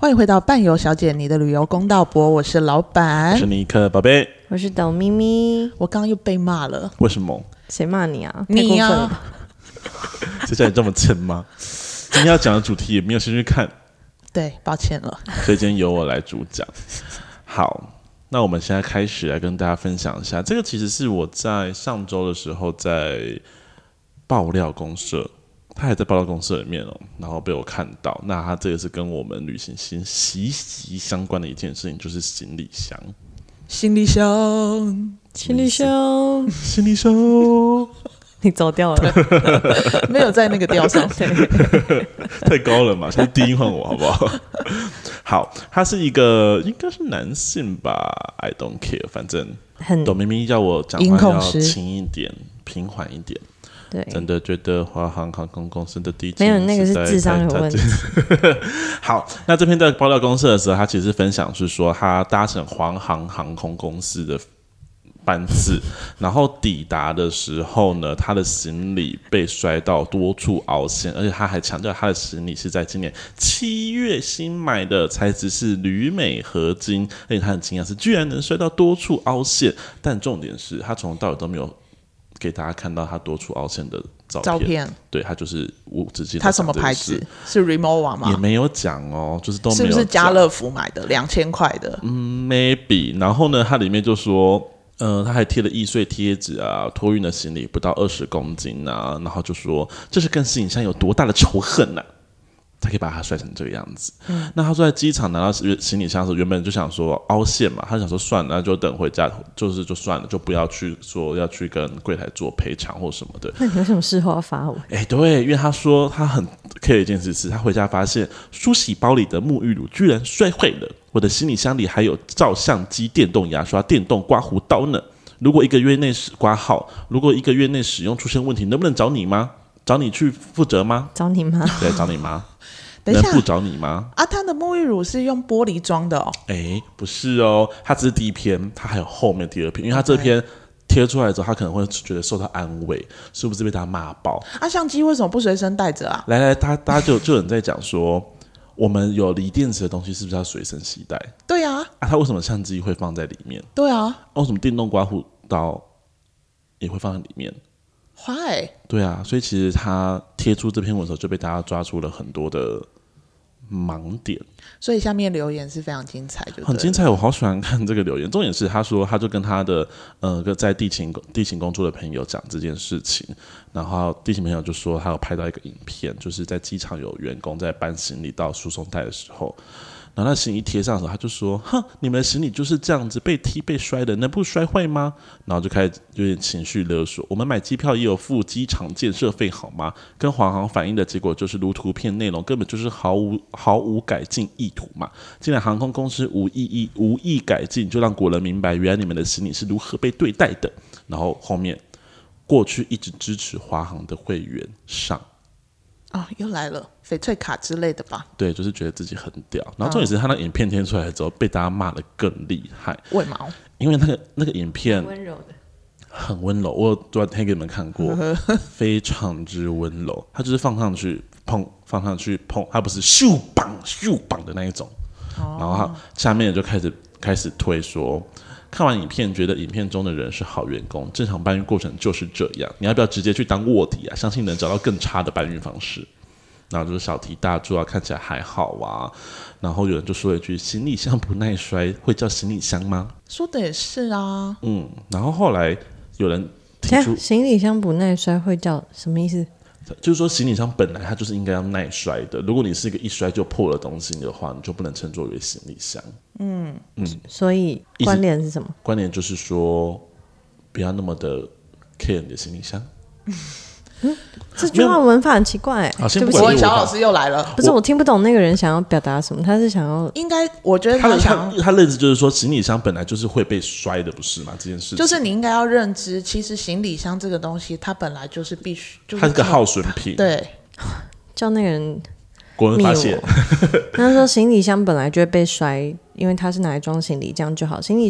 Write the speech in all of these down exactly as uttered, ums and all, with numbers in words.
欢迎回到伴游小姐你的旅游公道博，我是老板， 我是尼克宝贝， 我是董咪咪。 我刚刚又被骂了。 为什么？ 谁骂你啊？ 你啊， 谁叫你这么蹭吗？今天要讲的主题也没有先去看， 对，抱歉了。 所以今天由我来主讲。好，那我们现在开始来跟大家分享一下，这个其实是我在上周的时候在爆料公社，他还在爆料公社里面哦，然后被我看到。那他这个是跟我们旅行息息息相关的一件事情，就是行李箱。 行李箱， 行李箱， 行李箱， 你走掉了， 没有在那个调上， 太高了嘛，现在低音换我好不好？好，他是一个应该是男性吧 ，I don't care， 反正董明明叫我讲话要轻一点，平缓一点。 对， 真的觉得华航航空公司的地勤没有那个是智商有问题。 好，那这篇在爆料公司的时候，他其实分享是说，他搭乘华航航空公司的班次，然后抵达的时候呢，他的行李被摔到多处凹陷，而且他还强调他的行李是在今年七月新买的，材质是铝镁合金，而且他很惊讶是居然能摔到多处凹陷，但重点是他从头到尾都没有给大家看到他多处凹陷的照片， 照片对，他就是无止境。 他什么牌子？是 Remova 吗？ 也没有讲哦，就是都没有讲。 是不是家乐福买的两千块的？ 嗯 ，maybe。然后呢，它里面就说，呃，他还贴了易碎贴纸啊，托运的行李不到二十公斤啊，然后就说这是跟行李箱有多大的仇恨呐、啊。才可以把它摔成这个样子。嗯、那他说在机场拿到行李箱的时候，原本就想说凹陷嘛，他想说算了，那就等回家，就是就算了，就不要去说要去跟柜台做赔偿或什么的。 那你为什么事后要发我？ 哎，对，因为他说他很 care 一件事是，他回家发现梳洗包里的沐浴乳居然摔坏了，我的行李箱里还有照相机、电动牙刷、电动刮胡刀呢。如果一个月内刮好，如果一个月内使用出现问题，能不能找你吗？找你去负责吗？ 找你吗？ 对，找你吗？ 等一下， 能不找你吗？ 啊，他的沐浴乳是用玻璃装的哦。 哎，不是哦，它只是第一篇，它还有后面第二篇，因为它这篇贴出来之后，他可能会觉得受到安慰，是不是被他骂爆？ 啊，相机为什么不随身带着啊？ 来来，大大家就就有人在讲说，我们有锂电池的东西是不是要随身携带？ 对啊， 啊，他为什么相机会放在里面？ 对啊， 啊、为什么电动刮胡刀也会放在里面？ 坏， 对啊，所以其实他贴出这篇文的时候，就被大家抓出了很多的盲点， 所以下面留言是非常精彩，就很精彩，我好喜欢看这个留言。重点是他说，他就跟他的呃在地勤地勤工作的朋友讲这件事情，然后地勤朋友就说他有拍到一个影片，就是在机场有员工在搬行李到输送带的时候，然后那行李一贴上的时候，他就说：“哼，你们的行李就是这样子被踢被摔的，能不摔坏吗？”然后就开始有点情绪勒索。我们买机票也有付机场建设费好吗？跟华航反映的结果就是如图片内容根本就是毫无毫无改进意图嘛。既然航空公司无意义无意改进，就让国人明白原来你们的行李是如何被对待的。然后后面过去一直支持华航的会员上。 哦，又来了翡翠卡之类的吧？ 对，就是觉得自己很屌。然后重点是他那个影片贴出来之后，被大家骂得更厉害。 为毛？ 因为那个那个影片温柔的， 很温柔，我昨天给你们看过，非常之温柔。他就是放上去碰，放上去碰，他不是咻绑咻绑的那一种。哦、然后他下面就开始开始推说。看完影片，觉得影片中的人是好员工，正常搬运过程就是这样。你要不要直接去当卧底啊？相信能找到更差的搬运方式。然后就是小题大做啊，看起来还好啊。然后有人就说了一句：“行李箱不耐摔，会叫行李箱吗？” 说的也是啊。 嗯，然后后来有人提出， 行李箱不耐摔会叫什么意思？ 就是说行李箱本来它就是应该要耐摔的，如果你是一个一摔就破了东西的话，你就不能称作为行李箱。嗯嗯， 所以关联是什么？ 关联就是说不要那么的 care 你的行李箱。 嗯，这句话文法很奇怪、欸。 好，先不起，小老师又来了。 不是，我听不懂那个人想要表达什么，他是想要应该，我觉得他想他他认知就是说，行李箱本来就是会被摔的，不是吗？这件事情就是你应该要认知，其实行李箱这个东西，它本来就是必须，就是它是个耗损品。 对， 叫那个人国人发现， 他说行李箱本来就会被摔，因为它是拿来装行李，这样就好。行李箱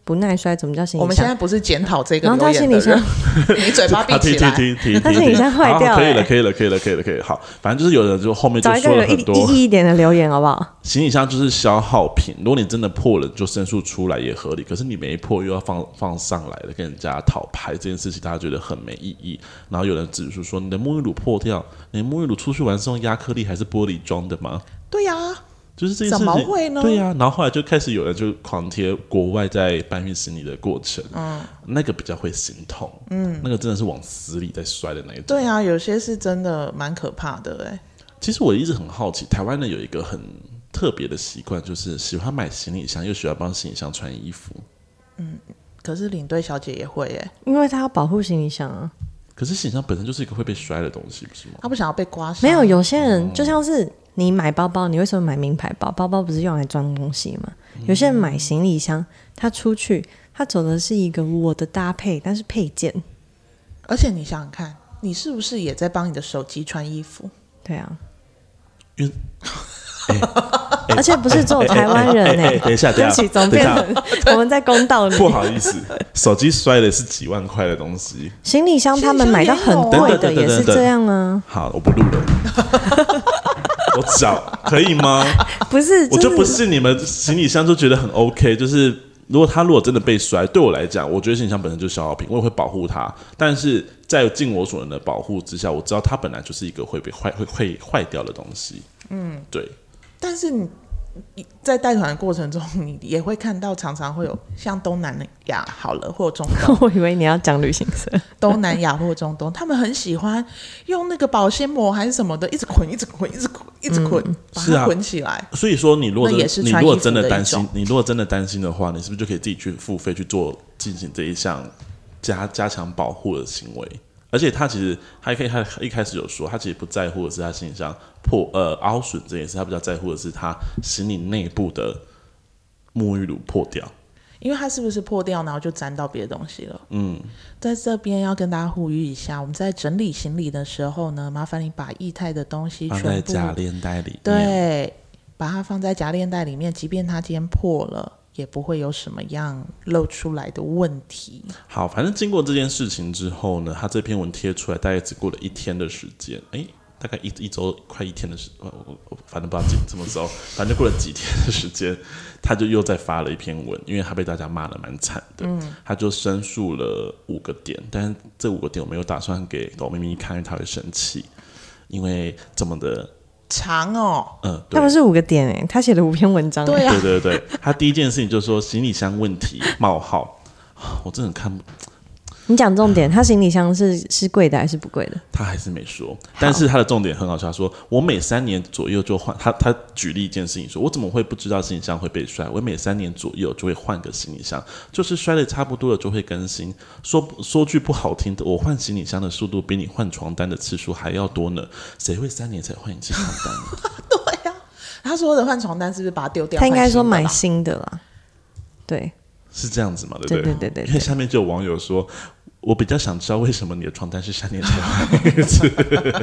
不耐摔，怎么叫行李箱？ 我们现在不是检讨这个留言的人， 然后他行李箱你嘴巴闭起来。 听听听他行李箱坏掉、欸， 可以了，可以了，可以了，可以了，可以了。好，反正就是有人就后面就说了很多找一个有意义一点的留言，好不好？ 行李箱就是消耗品，如果你真的破了，就申诉出来也合理。可是你没破又要放放上来的，跟人家讨拍这件事情，大家觉得很没意义。然后有人指出说，你的沐浴乳破掉，你的沐浴乳出去玩是用亚克力还是玻璃装的吗？ 对呀、啊。 就是这件事情， 怎么会呢？ 对呀、啊，然后后来就开始有人就狂贴国外在搬运行李的过程，嗯，那个比较会心痛，嗯，那个真的是往死里在摔的那一种。 对啊，有些是真的蛮可怕的哎。 其实我一直很好奇，台湾人有一个很特别的习惯，就是喜欢买行李箱，又喜欢帮行李箱穿衣服。 嗯，可是领队小姐也会哎， 因为她要保护行李箱啊。 可是行李箱本身就是一个会被摔的东西，不是吗？ 她不想要被刮伤。 没有，有些人就像是。你买包包，你为什么买名牌包？包包不是用来装东西吗？有些人买行李箱，他出去，他走的是一个我的搭配，但是配件。 而且你想想看，你是不是也在帮你的手机穿衣服？ 对啊， 因为、欸欸、 而且不是只有台湾人哎、欸欸欸欸。等一下， 对不起，总变成我们在公道里。 不好意思，手机摔的是几万块的东西， 行李箱他们买到很贵的也是这样啊。 好，我不录了。我找可以吗？ 不是， 我就不信你们行李箱就觉得很 OK。就是如果他如果真的被摔，对我来讲，我觉得行李箱本身就是消耗品，我也会保护它。但是在尽我所能的保护之下，我知道它本来就是一个会被坏、会会坏掉的东西。嗯，对。 但是你在带团的过程中，你也会看到常常会有像东南亚好了或中东， 我以为你要讲旅行社， 东南亚或中东，他们很喜欢用那个保鲜膜还是什么的，一直捆，一直捆，一直捆，一直捆，嗯、把它捆起来。 所以说，你如果那也是你如果真的担心，你如果真的担心的话，你是不是就可以自己去付费去做进行这一项加加强保护的行为？而且他其实他可以，他一开始有说，他其实不在乎的是他行李箱破呃凹损这件事，他比较在乎的是他行李内部的沐浴乳破掉， 因为它是不是破掉，然后就沾到别的东西了。嗯，在这边要跟大家呼吁一下，我们在整理行李的时候呢，麻烦你把液态的东西全部放在夹链袋里面， 对，把它放在夹链袋里面，即便它今天破了。也不会有什么样露出来的问题。 好，反正经过这件事情之后呢，他这篇文贴出来，大概只过了一天的时间，哎，大概一一周快一天的时，我我反正不知道几什么时候，反正就过了几天的时间，他就又再发了一篇文，因为他被大家骂得蛮惨的，嗯，他就申诉了五个点，但是这五个点我没有打算给狗咪咪看，因为他会生气，因为怎么的。 长哦， 嗯， 他不是五个点哎，他写了五篇文章。 对啊， 对对对，他第一件事情就是说行李箱问题冒号，我真的看不。 你讲重点，他行李箱是是贵的还是不贵的？ 他还是没说，但是他的重点很好笑，他说我每三年左右就换。他他举例一件事情说，我怎么会不知道行李箱会被摔？我每三年左右就会换个行李箱，就是摔的差不多了就会更新。说说句不好听的，我换行李箱的速度比你换床单的次数还要多呢。谁会三年才换一次床单呢？ 对呀、啊，他说的换床单是不是把它丢掉？ 他应该说买新的啦。对。 是这样子嘛？对不对？ 对对对 对, 对。 因为下面就有网友说，我比较想知道为什么你的床单是三年才换一次。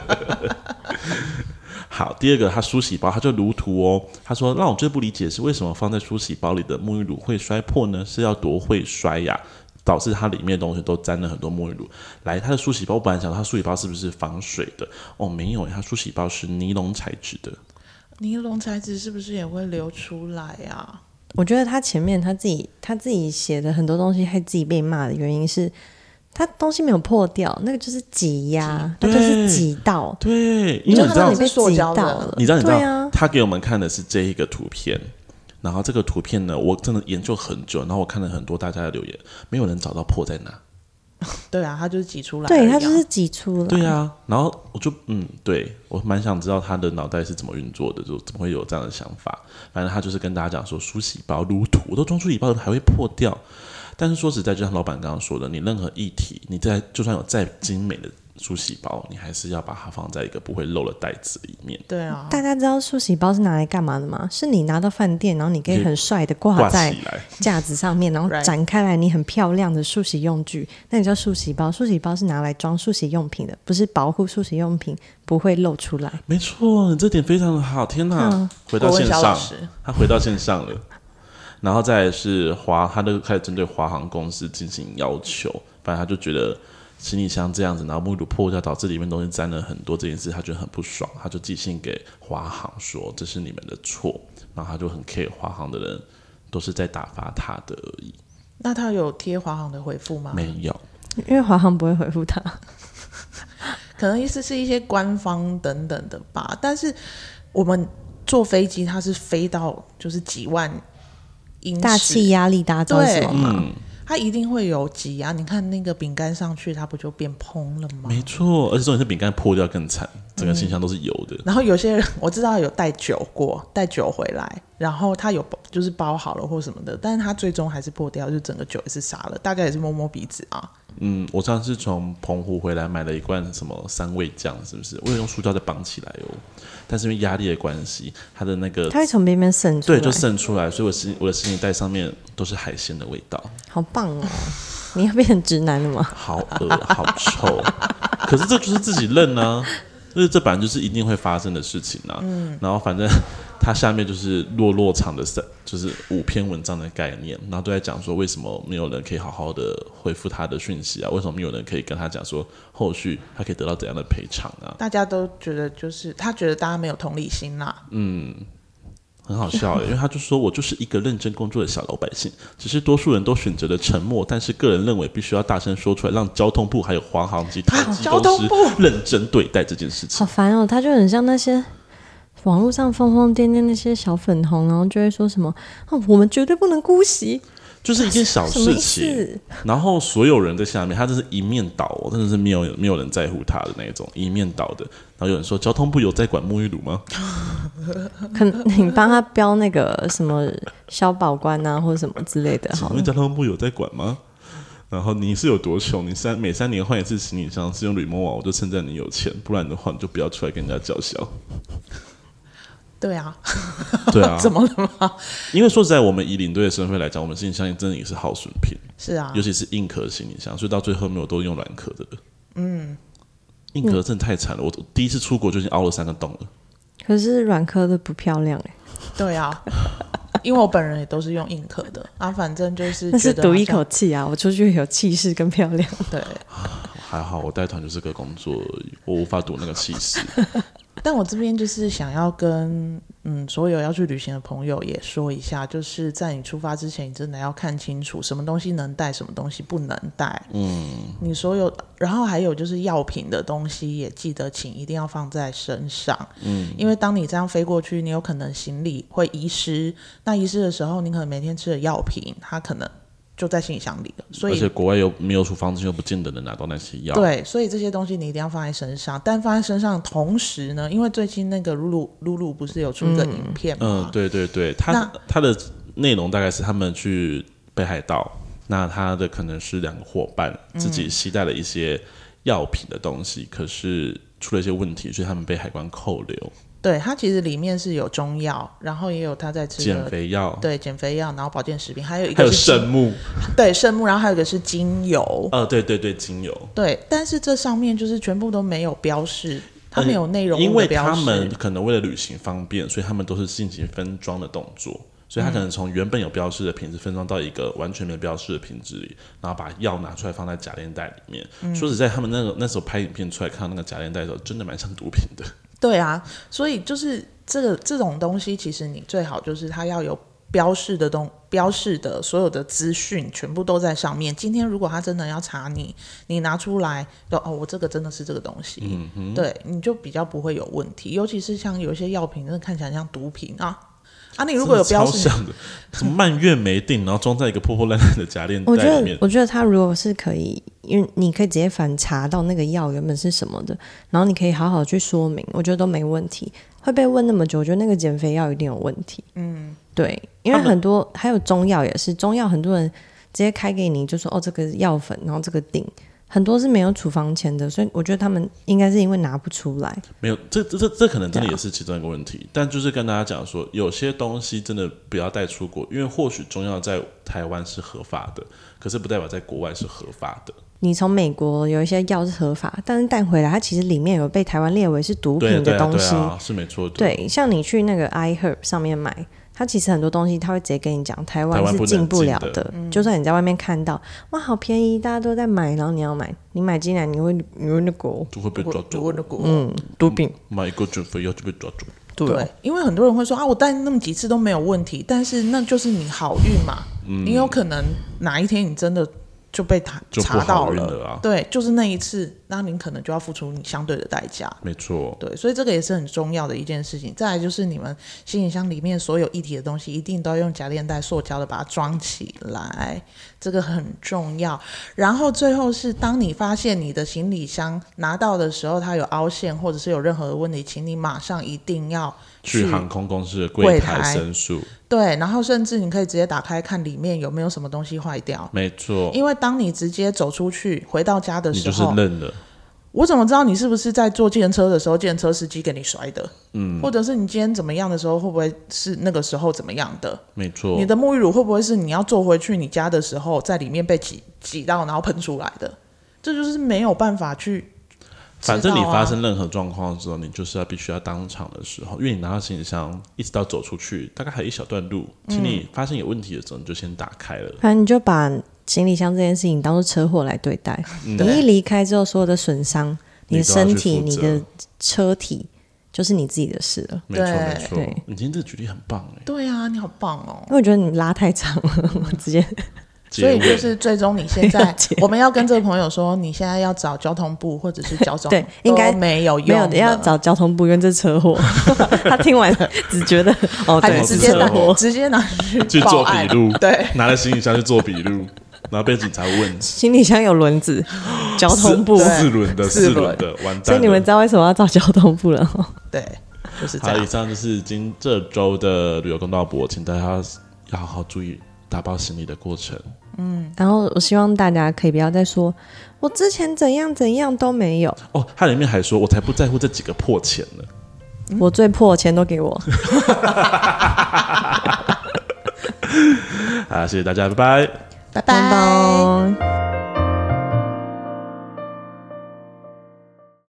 好，第二个，他梳洗包，他就如图哦。他说，让我最不理解的是，为什么放在梳洗包里的沐浴乳会摔破呢？是要多会摔呀？导致它里面的东西都沾了很多沐浴乳。来，它的梳洗包，我本来想它梳洗包是不是防水的？哦，没有，它梳洗包是尼龙材质的。 尼龙材质是不是也会流出来啊？ 我觉得他前面他自己他自己写的很多东西，还自己被骂的原因是，他东西没有破掉，那个就是挤压，那就是挤到。 对，因为你知道你被挤到了， 你知道你知道、 啊， 他给我们看的是这一个图片，然后这个图片呢，我真的研究很久，然后我看了很多大家的留言，没有人找到破在哪。 对啊，他就是挤出来， 对，他就是挤出来。 对啊，然后我就嗯，对我蛮想知道他的脑袋是怎么运作的，就怎么会有这样的想法。反正他就是跟大家讲说，梳洗包如土，我都装梳洗包还会破掉。但是说实在，就像老板刚刚说的，你任何议题，你在就算有再精美的梳洗包，你还是要把它放在一个不会漏的袋子里面。 对啊， 大家知道梳洗包是拿来干嘛的吗？是你拿到饭店，然后你可以很帅的挂在架子上面，然后展开来，你很漂亮的梳洗用具，那你叫梳洗包。梳洗包是拿来装梳洗用品的，不是保护梳洗用品不会露出来。 没错，你这点非常的好。天哪，嗯、回到线上，他回到线上了。 然后再来是华，他就开始针对华航公司进行要求，反正他就觉得行李箱这样子，然后沐浴乳破掉，导致里面东西沾了很多这件事，他觉得很不爽，他就寄信给华航说这是你们的错，然后他就很 care 华航的人都是在打发他的而已。 那他有贴华航的回复吗？ 没有， 因为华航不会回复他， 可能意思是一些官方等等的吧。但是我们坐飞机，它是飞到就是几万英尺， 大气压力大家知道什么吗？ 嗯， 它一定会有挤压。你看那个饼干上去，它不就变蓬了吗？ 没错，而且重点是饼干破掉更惨，整个行李箱都是油的、嗯。 然后有些人我知道有带酒过，带酒回来，然后他有就是包好了或什么的，但是他最终还是破掉，就整个酒也是洒了，大家也是摸摸鼻子啊。 嗯，我上次从澎湖回来买了一罐什么三味酱，是不是？我有用塑胶再绑起来哦，但是因为压力的关系，它的那个它会从边边渗出来， 对，就渗出来，所以我行我的行李袋上面都是海鲜的味道。 好棒哦！你要变成直男了吗？ 好恶，好臭。可是这就是自己认啊，就是这本来就是一定会发生的事情啊。嗯，然后反正它下面就是落落长的，就是五篇文章的概念，然后都在讲说为什么没有人可以好好的回复他的讯息啊？为什么没有人可以跟他讲说后续他可以得到怎样的赔偿啊？ 大家都觉得就是他觉得大家没有同理心啦。 嗯。很好笑耶，因为他就说我就是一个认真工作的小老百姓，只是多数人都选择了沉默，但是个人认为必须要大声说出来，让交通部还有华航及台积公司认真对待这件事情。 好烦哦，他就很像那些网络上疯疯癫癫那些小粉红，然后就会说什么、哦、我们绝对不能姑息， 就是一件小事情，然后所有人在下面，他真是一面倒、哦，真的是没有没有人在乎他的那种，一面倒的。然后有人说交通部有在管沐浴乳吗？ 可能你帮他标那个什么消保官啊，或者什么之类的。 请问交通部有在管吗？然后你是有多穷？你三每三年换一次行李箱是用铝箔网，我就称赞你有钱，不然的话你就不要出来跟人家叫嚣。 对啊， 对啊， 怎么了吗？ 因为说实在，我们以领队的身份来讲，我们行李箱真的也是耗损品。 是啊， 尤其是硬壳行李箱，所以到最后面我都用软壳的。嗯，硬壳真的太惨了，我第一次出国就已经凹了三个洞了。 可是软壳的不漂亮哎、欸。 对啊，因为我本人也都是用硬壳的啊，反正就是那是赌一口气啊，我出去有气势跟漂亮。 对， 还好我带团就是个工作而已，我无法赌那个气势。 但我这边就是想要跟嗯所有要去旅行的朋友也说一下，就是在你出发之前，你真的要看清楚什么东西能带，什么东西不能带。嗯，你所有，然后还有就是药品的东西也记得请一定要放在身上。嗯，因为当你这样飞过去，你有可能行李会遗失，那遗失的时候，你可能每天吃的药品，它可能就在行李箱里了，所以而且国外又没有处方笺，又不见得能拿到那些药。 对，所以这些东西你一定要放在身上。但放在身上的同时呢，因为最近那个露露露露不是有出一个影片吗？ 嗯，对对对，他他的内容大概是他们去北海道，那他的可能是两个伙伴自己携带了一些药品的东西，嗯、可是出了一些问题，所以他们被海关扣留。 对，它其实里面是有中药，然后也有他在吃的减肥药， 对，减肥药，然后保健食品，还有一个是还有圣木， 对，圣木，然后还有一个是精油， 呃，对对对，精油， 对，但是这上面就是全部都没有标示，它没有内容物的标示， 因为他们可能为了旅行方便，所以他们都是进行分装的动作。所以他可能从原本有标示的瓶子分装到一个完全没标示的瓶子里，然后把药拿出来放在夹链袋里面。嗯、说实在，他们那个那时候拍影片出来看到那个夹链袋的时候，真的蛮像毒品的。 对啊，所以就是这个这种东西，其实你最好就是它要有标示的东标示的所有的资讯全部都在上面。今天如果他真的要查你，你拿出来说哦，我这个真的是这个东西，嗯哼，对，你就比较不会有问题。尤其是像有一些药品，真的看起来像毒品啊。啊，你如果有标示， 超像的，什么蔓越莓定，然后装在一个破破烂烂的夹链袋里面。 我觉得，我觉得他如果是可以，因为你可以直接反查到那个药原本是什么的，然后你可以好好去说明，我觉得都没问题。会被问那么久，我觉得那个减肥药一定有问题。嗯，对，因为很多还有中药也是，中药很多人直接开给你，就说哦这个药粉，然后这个锭。很多是没有处方签的，所以我觉得他们应该是因为拿不出来。 没有，这这这可能真的也是其中一个问题。但就是跟大家讲说，有些东西真的不要带出国，因为或许中药在台湾是合法的，可是不代表在国外是合法的。 你从美国有一些药是合法，但是带回来它其实里面有被台湾列为是毒品的东西， 对对啊，是没错的。 对，像你去那个 iHerb 上面买，它其实很多东西它会直接跟你讲台湾是进不了的，的就算你在外面看到哇好便宜，大家都在买，然后你要买，你买进来你会你会那个就会被抓住， 嗯，毒品， 买一个准肥药就被抓住。 对，对，因为很多人会说啊，我带那么几次都没有问题，但是那就是你好运嘛，嗯、你有可能哪一天你真的就被他查到 了, 了、啊、对，就是那一次，那你可能就要付出你相对的代价。 没错， 对，所以这个也是很重要的一件事情。再来就是你们行李箱里面所有一体的东西，一定都要用夹链袋、塑胶的把它装起来，这个很重要。然后最后是，当你发现你的行李箱拿到的时候，它有凹陷或者是有任何的问题，请你马上一定要去航空公司的柜台申诉。 对，然后甚至你可以直接打开看里面有没有什么东西坏掉。 没错， 因为当你直接走出去回到家的时候， 你就是认了。 我怎么知道你是不是在坐计程车的时候计程车司机给你摔的？嗯，或者是你今天怎么样的时候，会不会是那个时候怎么样的？ 没错， 你的沐浴乳会不会是你要坐回去你家的时候，在里面被挤挤到然后喷出来的？这就是没有办法去。 反正你发生任何状况的时候，你就是要必须要当场的时候，因为你拿到行李箱一直到走出去，大概还有一小段路，请你发现有问题的时候，你就先打开了。 反正你就把行李箱这件事情当作车祸来对待。嗯、你一离开之后，所有的损伤，你的身体、你的车体，就是你自己的事了。 没错没错，你今天这个举例很棒哎。 对啊，你好棒哦。 因为我觉得你拉太长了，我直接。 所以就是最终你现在我们要跟这个朋友说，你现在要找交通部或者是交通， 对，应该没有用， 没有要找交通部，因为这车祸。他听完只觉得哦，对， 直接拿直接拿去去做笔录， 对， 拿了行李箱去做笔录，然后被警察问， 行李箱有轮子，交通部四轮的四轮的，完蛋了。 所以你们知道为什么要找交通部了哦？ 对，就是这样。 好，以上就是今这周的旅游公道博，请大家要好好注意打包行李的过程。 嗯，然后我希望大家可以不要再说我之前怎样怎样都没有哦。它里面还说我才不在乎这几个破钱呢， 嗯、我最破钱都给我。 好，谢谢大家，拜拜， 拜拜。